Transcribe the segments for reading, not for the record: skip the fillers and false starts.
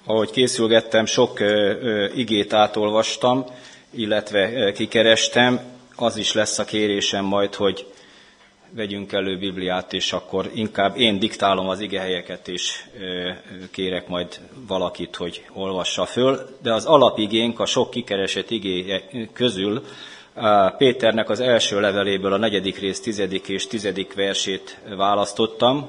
ahogy készülgettem, sok igét átolvastam, illetve kikerestem. Az is lesz a kérésem majd, hogy vegyünk elő Bibliát, és akkor inkább én diktálom az igehelyeket, és kérek majd valakit, hogy olvassa föl. De az alapigénk, a sok kikeresett igéje közül Péternek az első leveléből a 4. rész 10. és 10. versét választottam.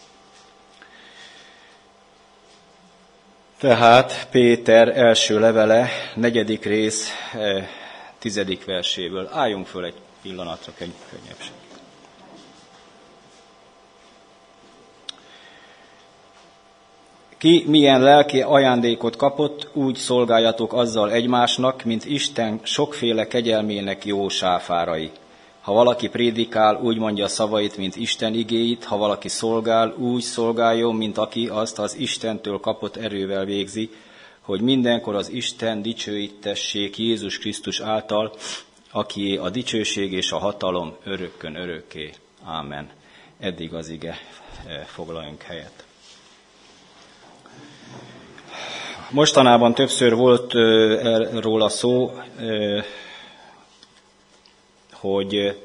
Tehát Péter első levele, 4. rész 10. verséből. Álljunk föl egy pillanatra, könnyebbség. Ki milyen lelki ajándékot kapott, úgy szolgáljatok azzal egymásnak, mint Isten sokféle kegyelmének jó sáfárai. Ha valaki prédikál, úgy mondja szavait, mint Isten igéit, ha valaki szolgál, úgy szolgáljon, mint aki azt az Istentől kapott erővel végzi, hogy mindenkor az Isten dicsőítessék Jézus Krisztus által, akié a dicsőség és a hatalom örökkön örökké. Ámen. Eddig az ige, foglaljunk helyet. Mostanában többször volt róla szó, hogy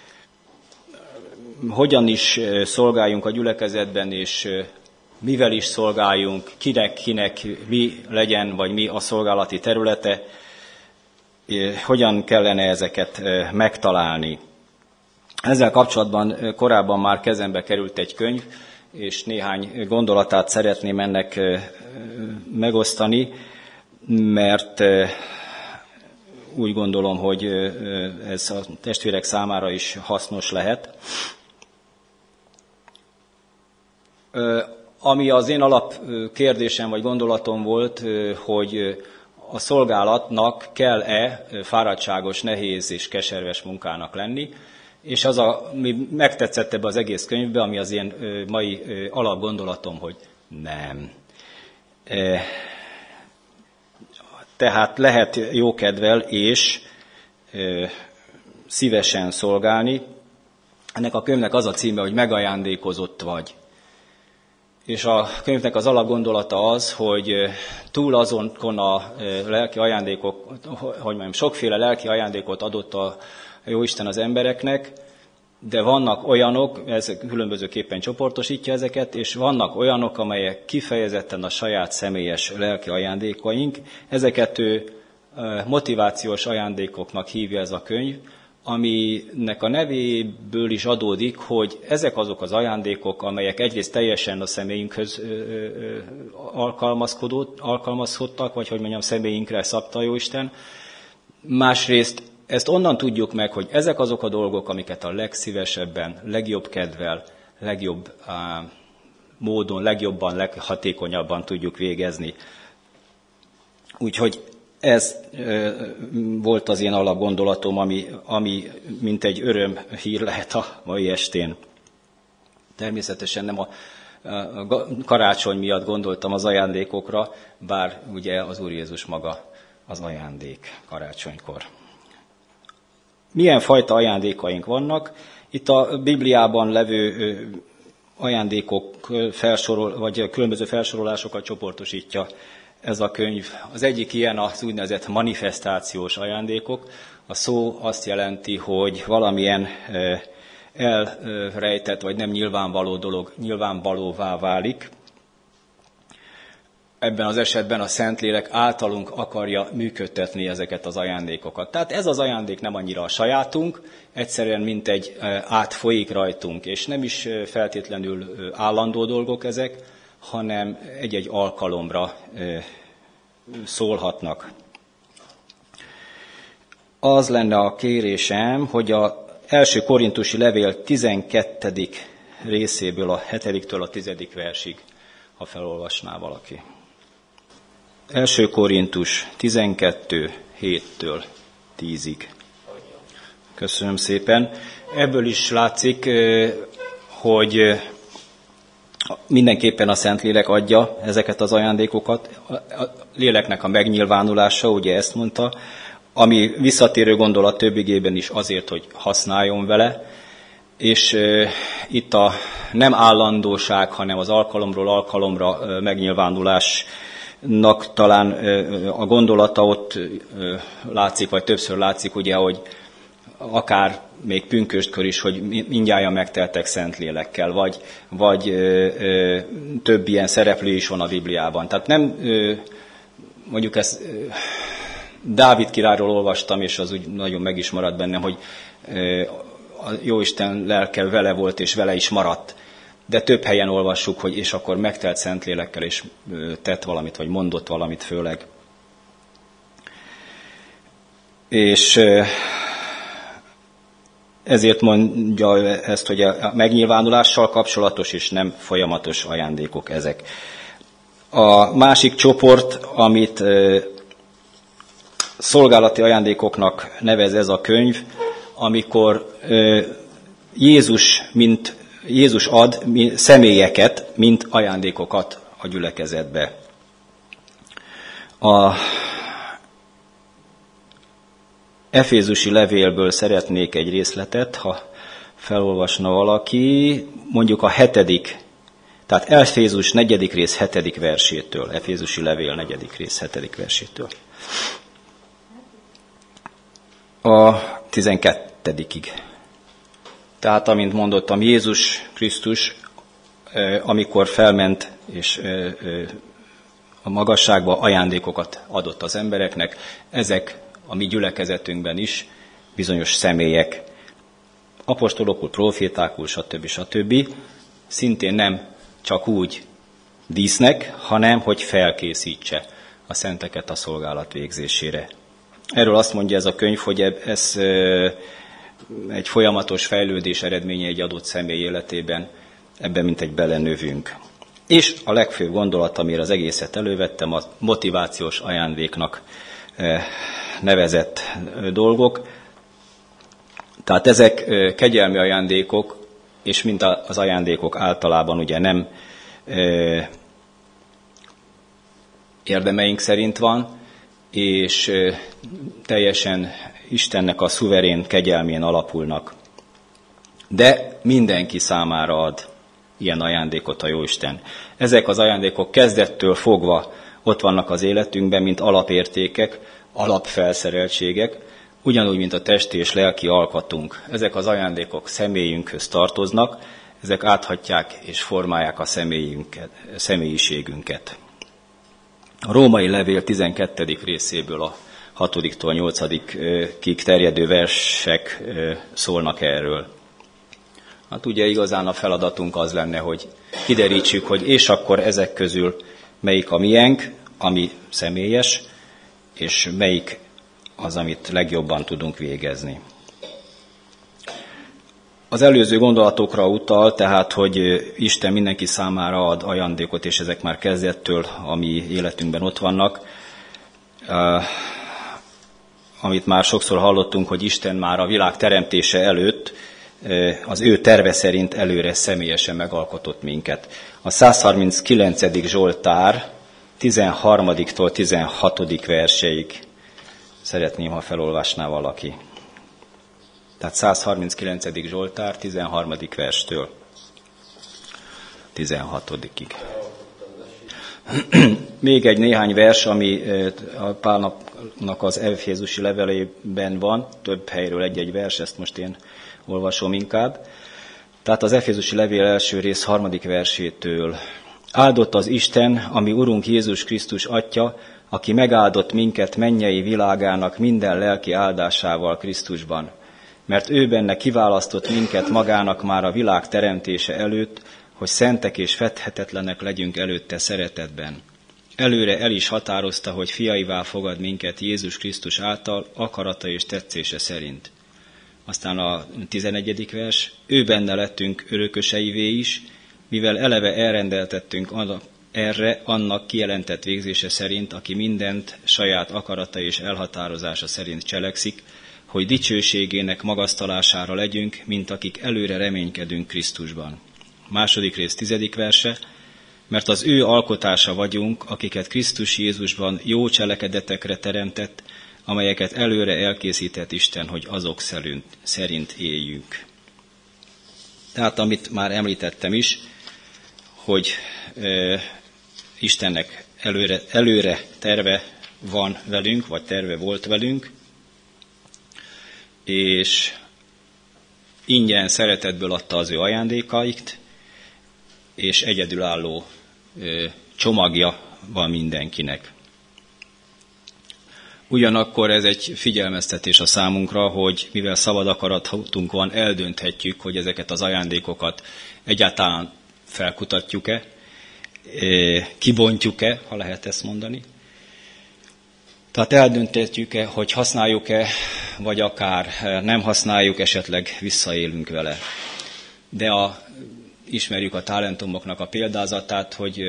hogyan is szolgáljunk a gyülekezetben, és mivel is szolgáljunk, kinek mi legyen, vagy mi a szolgálati területe, hogyan kellene ezeket megtalálni. Ezzel kapcsolatban korábban már kezembe került egy könyv, és néhány gondolatát szeretném ennek megosztani, mert úgy gondolom, hogy ez a testvérek számára is hasznos lehet. Ami az én alapkérdésem vagy gondolatom volt, hogy a szolgálatnak kell-e fáradtságos, nehéz és keserves munkának lenni, és az, ami megtetszett ebbe az egész könyvbe, ami az én mai alapgondolatom, hogy nem. Tehát lehet jókedvel és szívesen szolgálni. Ennek a könyvnek az a címe, hogy megajándékozott vagy. És a könyvnek az alapgondolata az, hogy túl azonkon a lelki ajándékok, hogy mondjam, sokféle lelki ajándékot adott a Jóisten az embereknek, de vannak olyanok, ez különbözőképpen csoportosítja ezeket, és vannak olyanok, amelyek kifejezetten a saját személyes lelki ajándékaink. Ezeket ő motivációs ajándékoknak hívja ez a könyv, aminek a nevéből is adódik, hogy ezek azok az ajándékok, amelyek egyrészt teljesen a személyünkhöz alkalmazkodtak, vagy hogy mondjam, személyünkre szabta a Jóisten. Másrészt ezt onnan tudjuk meg, hogy ezek azok a dolgok, amiket a legszívesebben, legjobb kedvel, legjobb módon, legjobban, leghatékonyabban tudjuk végezni. Úgyhogy ez volt az én alapgondolatom, ami mint egy örömhír lehet a mai estén. Természetesen nem a karácsony miatt gondoltam az ajándékokra, bár ugye az Úr Jézus maga az ajándék karácsonykor. Milyen fajta ajándékaink vannak? Itt a Bibliában levő ajándékok vagy különböző felsorolásokat csoportosítja ez a könyv. Az egyik ilyen az úgynevezett manifestációs ajándékok. A szó azt jelenti, hogy valamilyen elrejtett vagy nem nyilvánvaló dolog nyilvánvalóvá válik. Ebben az esetben a Szentlélek általunk akarja működtetni ezeket az ajándékokat. Tehát ez az ajándék nem annyira a sajátunk, egyszerűen mint egy átfolyik rajtunk, és nem is feltétlenül állandó dolgok ezek, hanem egy-egy alkalomra szólhatnak. Az lenne a kérésem, hogy az első korintusi levél 12. részéből a 7-től a 10. versig, ha felolvasná valaki. 1. Korintus 12, 7-től 10-ig. Köszönöm szépen. Ebből is látszik, hogy mindenképpen a Szentlélek adja ezeket az ajándékokat. A léleknek a megnyilvánulása, ugye ezt mondta, ami visszatérő gondolat több igében is azért, hogy használjon vele, és itt a nem állandóság, hanem az alkalomról alkalomra megnyilvánulás talán a gondolata ott látszik, vagy többször látszik, ugye, hogy akár még pünköstkor is, hogy mindnyájan megteltek Szentlélekkel, vagy több ilyen szereplő is van a Bibliában. Tehát nem, mondjuk ezt Dávid királyról olvastam, és az úgy nagyon meg is maradt bennem, hogy a Jóisten lelke vele volt, és vele is maradt. De több helyen olvassuk, hogy és akkor megtelt Szentlélekkel, és tett valamit, vagy mondott valamit főleg. És ezért mondja ezt, hogy a megnyilvánulással kapcsolatos és nem folyamatos ajándékok ezek. A másik csoport, amit szolgálati ajándékoknak nevez ez a könyv, amikor Jézus ad személyeket, mint ajándékokat a gyülekezetbe. A Efézusi levélből szeretnék egy részletet, ha felolvasna valaki, mondjuk a 7., tehát Efézus 4. rész 7. versétől, Efézusi levél 4. rész 7. versétől. A 12-ig. Tehát, amint mondottam, Jézus Krisztus, amikor felment és a magasságba ajándékokat adott az embereknek, ezek a mi gyülekezetünkben is bizonyos személyek, apostolokul, profétákul, stb. Szintén nem csak úgy dísznek, hanem hogy felkészítse a szenteket a szolgálat végzésére. Erről azt mondja ez a könyv, hogy ez egy folyamatos fejlődés eredménye egy adott személy életében, ebben mintegy belenövünk. És a legfőbb gondolat, amire az egészet elővettem, a motivációs ajándéknak nevezett dolgok. Tehát ezek kegyelmi ajándékok, és mint az ajándékok általában ugye nem érdemeink szerint van, és teljesen Istennek a szuverén kegyelmén alapulnak. De mindenki számára ad ilyen ajándékot a Jóisten. Ezek az ajándékok kezdettől fogva ott vannak az életünkben, mint alapértékek, alapfelszereltségek, ugyanúgy, mint a testi és lelki alkatunk. Ezek az ajándékok személyünkhöz tartoznak, ezek áthatják és formálják a személyiségünket. A római levél 12. részéből a 6-tól 8-ig terjedő versek szólnak erről. Hát ugye igazán a feladatunk az lenne, hogy kiderítsük, hogy és akkor ezek közül melyik a miénk, ami személyes, és melyik az, amit legjobban tudunk végezni. Az előző gondolatokra utal, tehát, hogy Isten mindenki számára ad ajándékot, és ezek már kezdettől a mi életünkben ott vannak. Amit már sokszor hallottunk, hogy Isten már a világ teremtése előtt az ő terve szerint előre személyesen megalkotott minket. A 139. Zsoltár 13-tól 16. verseig szeretném, ha felolvasná valaki. Tehát 139. Zsoltár 13. verstől 16-ig. Még egy néhány vers, ami a Pálnak az Efézusi levelében van, több helyről egy-egy vers, ezt most én olvasom inkább. Tehát az Efézusi levél első rész 3. versétől. Áldott az Isten, ami Urunk Jézus Krisztus Atya, aki megáldott minket mennyei világának minden lelki áldásával Krisztusban. Mert ő benne kiválasztott minket magának már a világ teremtése előtt, hogy szentek és fedhetetlenek legyünk előtte szeretetben. Előre el is határozta, hogy fiaivá fogad minket Jézus Krisztus által, akarata és tetszése szerint. Aztán a 11. vers, ő benne lettünk örököseivé is, mivel eleve elrendeltettünk erre annak kijelentett végzése szerint, aki mindent saját akarata és elhatározása szerint cselekszik, hogy dicsőségének magasztalására legyünk, mint akik előre reménykedünk Krisztusban. Második rész 10. verse, mert az ő alkotása vagyunk, akiket Krisztus Jézusban jó cselekedetekre teremtett, amelyeket előre elkészített Isten, hogy azok szerint éljünk. Tehát, amit már említettem is, hogy Istennek előre terve van velünk, vagy terve volt velünk, és ingyen szeretetből adta az ő ajándékait, és egyedülálló csomagja van mindenkinek. Ugyanakkor ez egy figyelmeztetés a számunkra, hogy mivel szabad akaratunk van, eldönthetjük, hogy ezeket az ajándékokat egyáltalán felkutatjuk-e, kibontjuk-e, ha lehet ezt mondani. Tehát eldönthetjük-e, hogy használjuk-e, vagy akár nem használjuk, esetleg visszaélünk vele. De ismerjük a talentumoknak a példázatát, hogy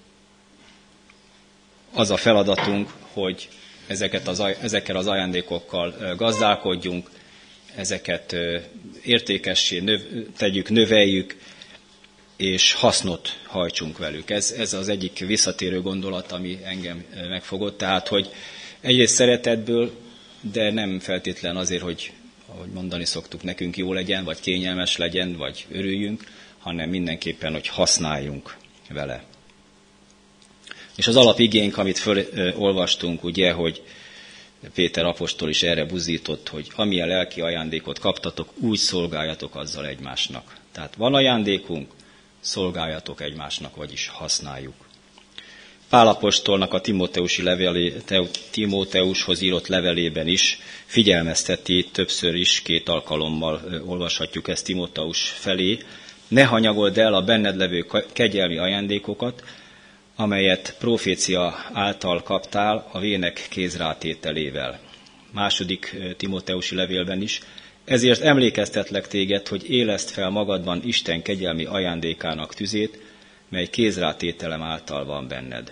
az a feladatunk, hogy ezekkel az ajándékokkal gazdálkodjunk, ezeket értékessé tegyük, növeljük, és hasznot hajtsunk velük. Ez az egyik visszatérő gondolat, ami engem megfogott. Tehát, hogy egyrészt szeretetből, de nem feltétlen azért, hogy, ahogy mondani szoktuk, nekünk jó legyen, vagy kényelmes legyen, vagy örüljünk, hanem mindenképpen, hogy használjunk vele. És az alapigénk, amit olvastunk, ugye, hogy Péter apostol is erre buzdított, hogy amilyen lelki ajándékot kaptatok, úgy szolgáljatok azzal egymásnak. Tehát van ajándékunk, szolgáljatok egymásnak, vagyis használjuk. Pál apostolnak a Timóteushoz írott levelében is figyelmezteti, többször is, 2 alkalommal olvashatjuk ezt Timóteus felé, ne hanyagold el a benned levő kegyelmi ajándékokat, amelyet profécia által kaptál a vének kézrátételével. 2. Timóteusi levélben is. Ezért emlékeztetlek téged, hogy éleszd fel magadban Isten kegyelmi ajándékának tüzét, mely kézrátételem által van benned.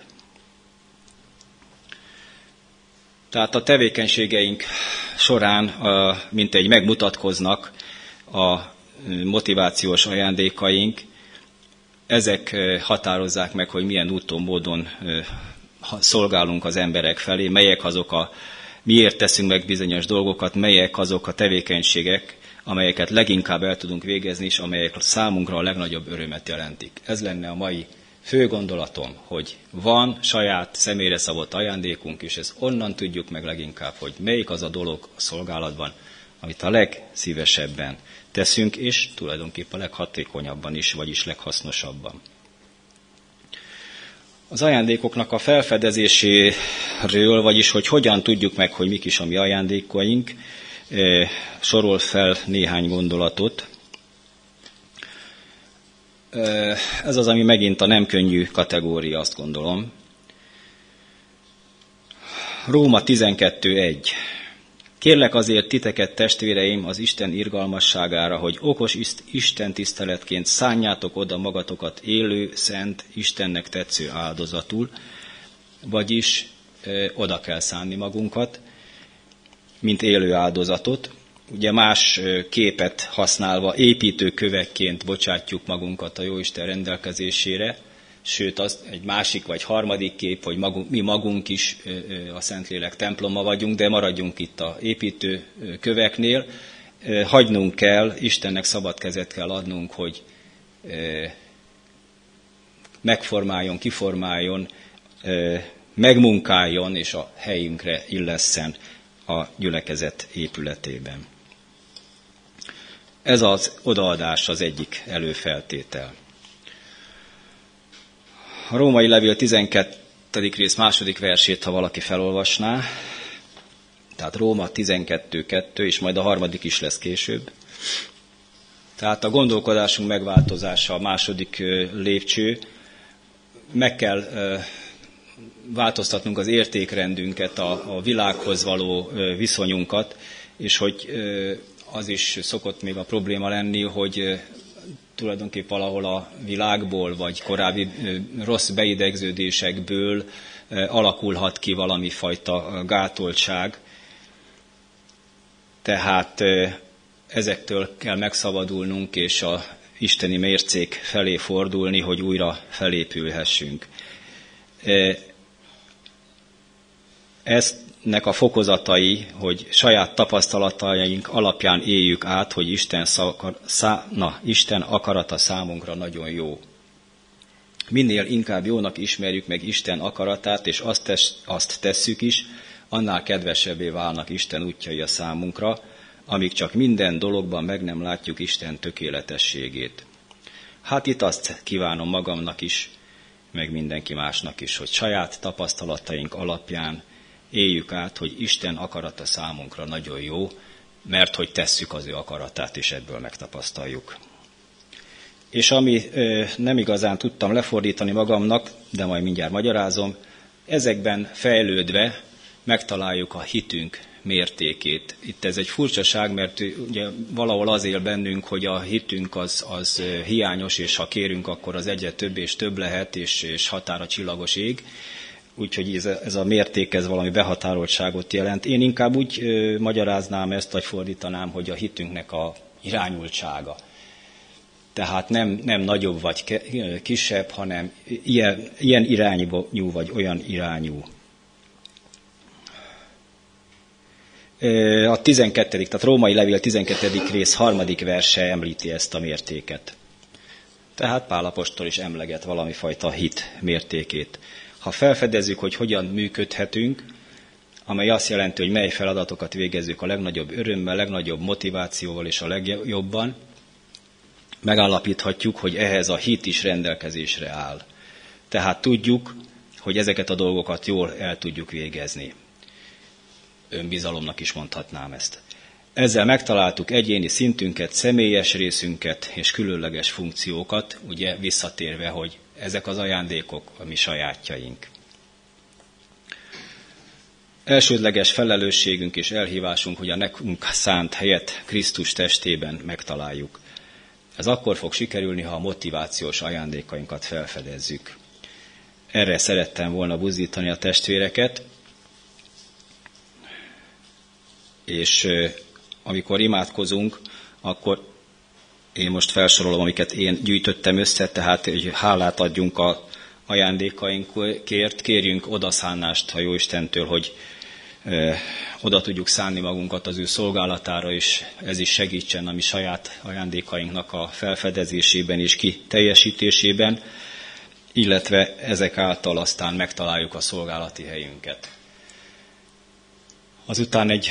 Tehát a tevékenységeink során mintegy megmutatkoznak a motivációs ajándékaink, ezek határozzák meg, hogy milyen úton, módon szolgálunk az emberek felé, melyek azok miért teszünk meg bizonyos dolgokat, melyek azok a tevékenységek, amelyeket leginkább el tudunk végezni, és amelyek számunkra a legnagyobb örömet jelentik. Ez lenne a mai fő gondolatom, hogy van saját személyre szabott ajándékunk, és ezt onnan tudjuk meg leginkább, hogy melyik az a dolog a szolgálatban, amit a legszívesebben teszünk, és tulajdonképpen a leghatékonyabban is, vagyis leghasznosabban. Az ajándékoknak a felfedezéséről, vagyis hogy hogyan tudjuk meg, hogy mik is a mi ajándékaink, sorol fel néhány gondolatot. Ez az, ami megint a nem könnyű kategória, azt gondolom. Róma 12.1. Kérlek azért titeket, testvéreim, az Isten irgalmasságára, hogy okos Isten tiszteletként szánjátok oda magatokat élő, szent, Istennek tetsző áldozatul, vagyis oda kell szánni magunkat, mint élő áldozatot. Ugye más képet használva építőkövekként bocsátjuk magunkat a Jóisten rendelkezésére, sőt, az egy másik vagy harmadik kép, hogy mi magunk is a Szentlélek temploma vagyunk, de maradjunk itt a építőköveknél. Hagynunk kell, Istennek szabad kezet kell adnunk, hogy megformáljon, kiformáljon, megmunkáljon, és a helyünkre illesszen a gyülekezet épületében. Ez az odaadás az egyik előfeltétel. A római levél 12. rész 2. versét, ha valaki felolvasná, tehát Róma 12.2, és majd a 3. is lesz később. Tehát a gondolkodásunk megváltozása a második lépcső, meg kell változtatnunk az értékrendünket, a világhoz való viszonyunkat, és hogy az is szokott még a probléma lenni, hogy tulajdonképpen valahol a világból, vagy korábbi rossz beidegződésekből alakulhat ki valami fajta gátoltság. Tehát ezektől kell megszabadulnunk, és a isteni mércék felé fordulni, hogy újra felépülhessünk. Eznek a fokozatai, hogy saját tapasztalataink alapján éljük át, hogy Isten akarata számunkra nagyon jó. Minél inkább jónak ismerjük meg Isten akaratát, és azt tesszük is, annál kedvesebbé válnak Isten útjai a számunkra, amíg csak minden dologban meg nem látjuk Isten tökéletességét. Hát itt azt kívánom magamnak is, meg mindenki másnak is, hogy saját tapasztalataink alapján éljük át, hogy Isten akarata számunkra nagyon jó, mert hogy tesszük az ő akaratát, és ebből megtapasztaljuk. És ami nem igazán tudtam lefordítani magamnak, de majd mindjárt magyarázom, ezekben fejlődve megtaláljuk a hitünk mértékét. Itt ez egy furcsaság, mert ugye valahol az él bennünk, hogy a hitünk az hiányos, és ha kérünk, akkor az egyre több és több lehet, és határa csillagos ég. Úgyhogy ez a mérték, ez valami behatároltságot jelent. Én inkább úgy magyaráznám ezt, vagy fordítanám, hogy a hitünknek a irányultsága. Tehát nem nagyobb vagy kisebb, hanem ilyen irányú vagy olyan irányú. A 12., tehát Római Levél 12. rész 3. verse említi ezt a mértéket. Tehát Pál apostol is emleget valami fajta hit mértékét. Ha felfedezzük, hogy hogyan működhetünk, amely azt jelenti, hogy mely feladatokat végezzük a legnagyobb örömmel, legnagyobb motivációval és a legjobban, megállapíthatjuk, hogy ehhez a hit is rendelkezésre áll. Tehát tudjuk, hogy ezeket a dolgokat jól el tudjuk végezni. Önbizalomnak is mondhatnám ezt. Ezzel megtaláltuk egyéni szintünket, személyes részünket és különleges funkciókat, ugye visszatérve, hogy ezek az ajándékok a mi sajátjaink. Elsődleges felelősségünk és elhívásunk, hogy a nekünk szánt helyet Krisztus testében megtaláljuk. Ez akkor fog sikerülni, ha a motivációs ajándékainkat felfedezzük. Erre szerettem volna buzdítani a testvéreket, és amikor imádkozunk, akkor én most felsorolom, amiket én gyűjtöttem össze, tehát hogy hálát adjunk a ajándékainkért, kérjünk odaszánást a Jóistentől, hogy oda tudjuk szánni magunkat az ő szolgálatára, és ez is segítsen a mi saját ajándékainknak a felfedezésében és kiteljesítésében, illetve ezek által aztán megtaláljuk a szolgálati helyünket. Azután egy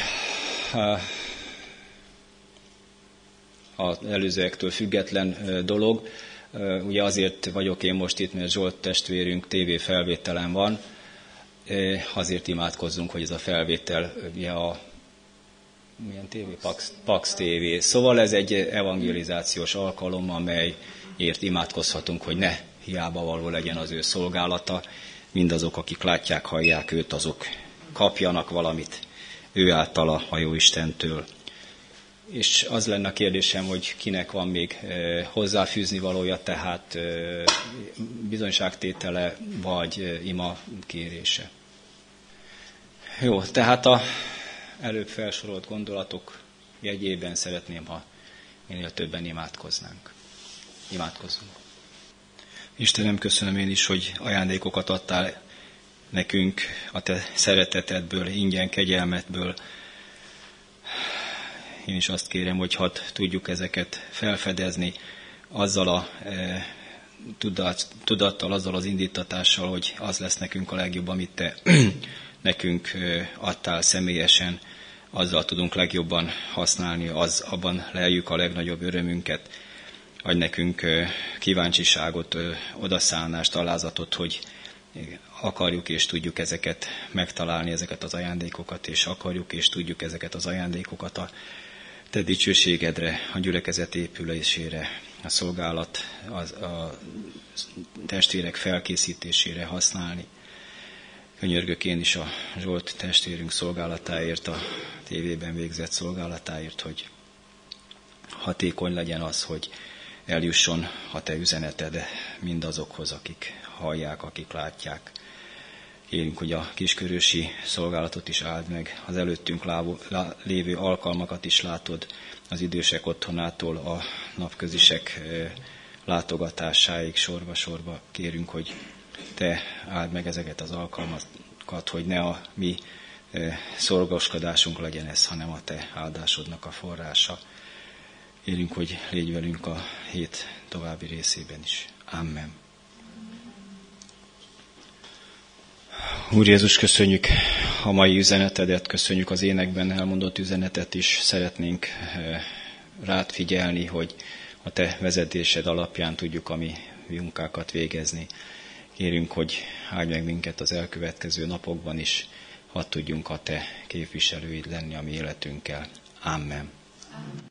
az előzőektől független dolog, ugye azért vagyok én most itt, mert Zsolt testvérünk tévéfelvételen van, azért imádkozzunk, hogy ez a felvétel, ugye milyen tévé? Pax TV. Szóval ez egy evangelizációs alkalom, amelyért imádkozhatunk, hogy ne hiába való legyen az ő szolgálata. Mindazok, akik látják, hallják őt, azok kapjanak valamit ő általa a Jóistentől. És az lenne a kérdésem, hogy kinek van még hozzáfűzni valója, tehát bizonyságtétele vagy ima kérése. Jó, tehát az előbb felsorolt gondolatok jegyében szeretném, ha minél többen imádkoznánk. Imádkozzunk. Istenem, köszönöm én is, hogy ajándékokat adtál nekünk a te szeretetedből, ingyen kegyelmetből. Én is azt kérem, hogy hadd tudjuk ezeket felfedezni azzal a tudattal, azzal az indítatással, hogy az lesz nekünk a legjobb, amit te nekünk adtál személyesen, azzal tudunk legjobban használni, abban leljük a legnagyobb örömünket. Adj nekünk kíváncsiságot, odaszánást, alázatot, hogy akarjuk és tudjuk ezeket megtalálni, ezeket az ajándékokat, és akarjuk és tudjuk ezeket az ajándékokat a te dicsőségedre, a gyülekezet épülésére, a szolgálat, a testvérek felkészítésére használni. Könyörgök én is a Zsolt testvérünk szolgálatáért, a tévében végzett szolgálatáért, hogy hatékony legyen az, hogy eljusson a te üzeneted mindazokhoz, akik hallják, akik látják. Kérünk, hogy a kiskörösi szolgálatot is áld meg, az előttünk lévő alkalmakat is látod, az idősek otthonától a napközisek látogatásáig sorba-sorba. Kérünk, hogy te áld meg ezeket az alkalmakat, hogy ne a mi szorgoskodásunk legyen ez, hanem a te áldásodnak a forrása. Kérünk, hogy légy velünk a hét további részében is. Amen. Úr Jézus, köszönjük a mai üzenetedet, köszönjük az énekben elmondott üzenetet is. Szeretnénk rád figyelni, hogy a te vezetésed alapján tudjuk a mi munkákat végezni. Kérünk, hogy áldj meg minket az elkövetkező napokban is, hadd tudjunk a te képviselőid lenni a mi életünkkel. Amen.